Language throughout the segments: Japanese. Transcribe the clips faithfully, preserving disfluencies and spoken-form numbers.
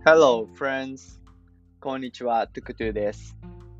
Hello, friends. こんにちは、トゥクトゥです、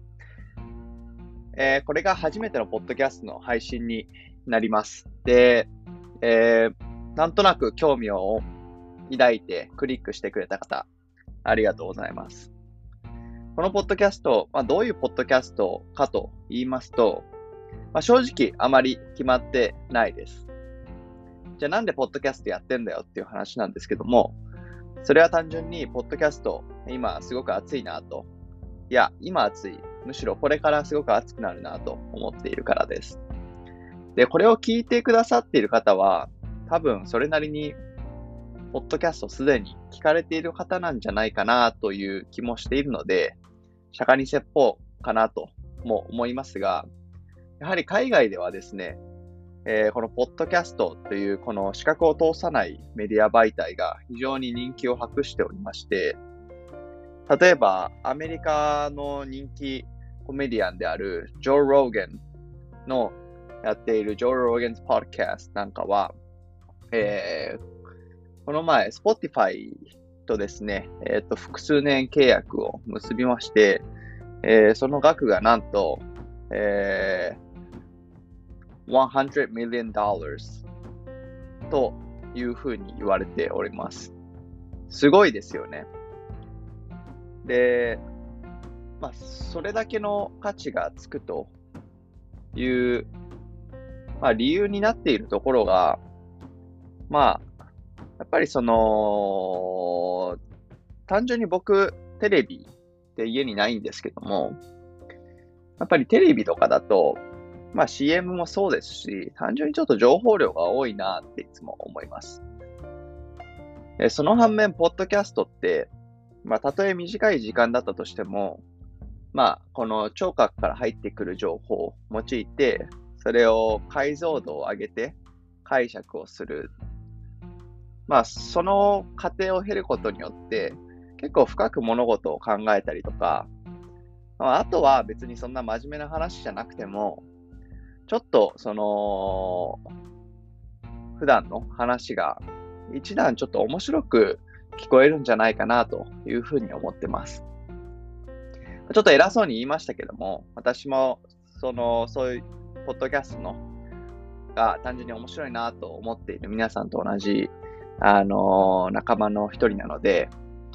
えー。これが初めてのポッドキャストの配信になります。で、えー、なんとなく興味を抱いてクリックしてくれた方、ありがとうございます。このポッドキャスト、まあ、どういうポッドキャストかと言いますと、まあ、正直あまり決まってないです。じゃあなんでポッドキャストやってんだよっていう話なんですけども、それは単純に、ポッドキャスト、今すごく熱いなと。いや、今熱い。むしろこれからすごく熱くなるなと思っているからです。で、これを聞いてくださっている方は、多分それなりに、ポッドキャストすでに聞かれている方なんじゃないかなという気もしているので、釈迦に説法かなとも思いますが、やはり海外ではですね、えー、このポッドキャストというこの資格を通さないメディア媒体が非常に人気を博しておりまして、例えばアメリカの人気コメディアンであるジョー・ローゲンのやっているジョー・ローゲンズ・ポッドキャストなんかは、えー、この前 Spotify とですね、えー、と複数年契約を結びまして、えー、その額がなんと、えーひゃくミリオンドルというふうに言われております。すごいですよね。で、まあ、それだけの価値がつくという、まあ、理由になっているところが、まあ、やっぱりその、単純に僕、テレビって家にないんですけども、やっぱりテレビとかだと、まあ シーエム もそうですし、単純にちょっと情報量が多いなっていつも思います。その反面、ポッドキャストって、まあたとえ短い時間だったとしても、まあこの聴覚から入ってくる情報を用いて、それを解像度を上げて解釈をする。まあその過程を経ることによって、結構深く物事を考えたりとか、まあ、あとは別にそんな真面目な話じゃなくても、ちょっと、その、普段の話が一段ちょっと面白く聞こえるんじゃないかなというふうに思ってます。ちょっと偉そうに言いましたけども、私も、その、そういう、ポッドキャストのが単純に面白いなと思っている皆さんと同じ、あのー、仲間の一人なので、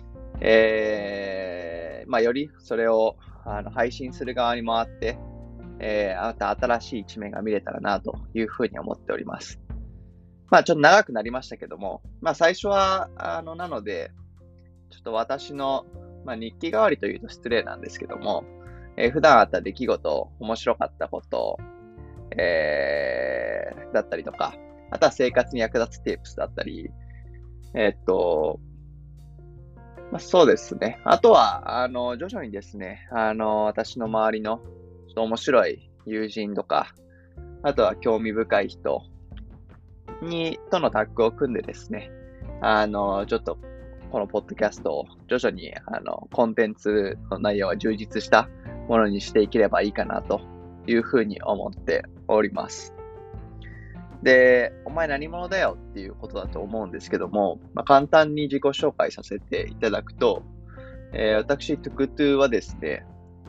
えー、まあ、よりそれをあの配信する側に回って、えー、また新しい一面が見れたらなというふうに思っております。まあちょっと長くなりましたけども、まあ最初は、あの、なので、ちょっと私の、まあ、日記代わりというと失礼なんですけども、えー、普段あった出来事、面白かったこと、えー、だったりとか、あとは生活に役立つテープスだったり、えー、っと、まあ、そうですね。あとは、あの、徐々にですね、あの、私の周りの、ちょっと面白い友人とか、あとは興味深い人に、とのタッグを組んでですね、あの、ちょっと、このポッドキャストを徐々に、あの、コンテンツの内容が充実したものにしていければいいかなというふうに思っております。で、お前何者だよっていうことだと思うんですけども、まあ、簡単に自己紹介させていただくと、えー、私、トゥクトゥはですね、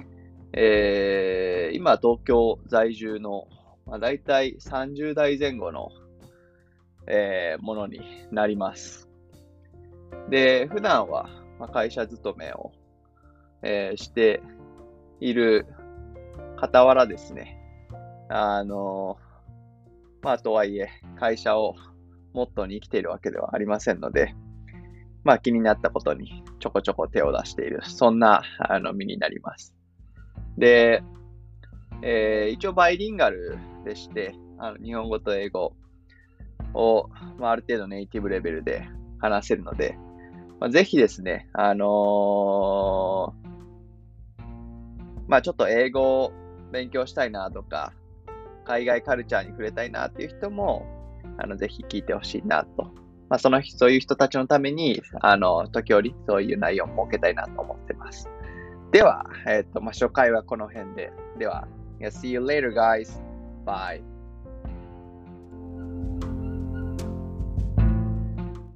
えー、今東京在住の、まあ、大体さんじゅう代前後の、えー、ものになります。で、普段は、まあ、会社勤めを、えー、している傍らですね、あのまあ、とはいえ、会社をモットーに生きているわけではありませんので、まあ気になったことにちょこちょこ手を出している、そんなあの身になります。で、えー、一応バイリンガルでして、あの日本語と英語を、まあ、ある程度ネイティブレベルで話せるので、まあ、ぜひですね、あのー、まあちょっと英語を勉強したいなとか、海外カルチャーに触れたいなっていう人も、あの、ぜひ聞いてほしいなと。まあ、その、そういう人たちのために、あの、時折、そういう内容を設けたいなと思ってます。では、えっと、まあ、初回はこの辺で。では、See you later, guys. Bye.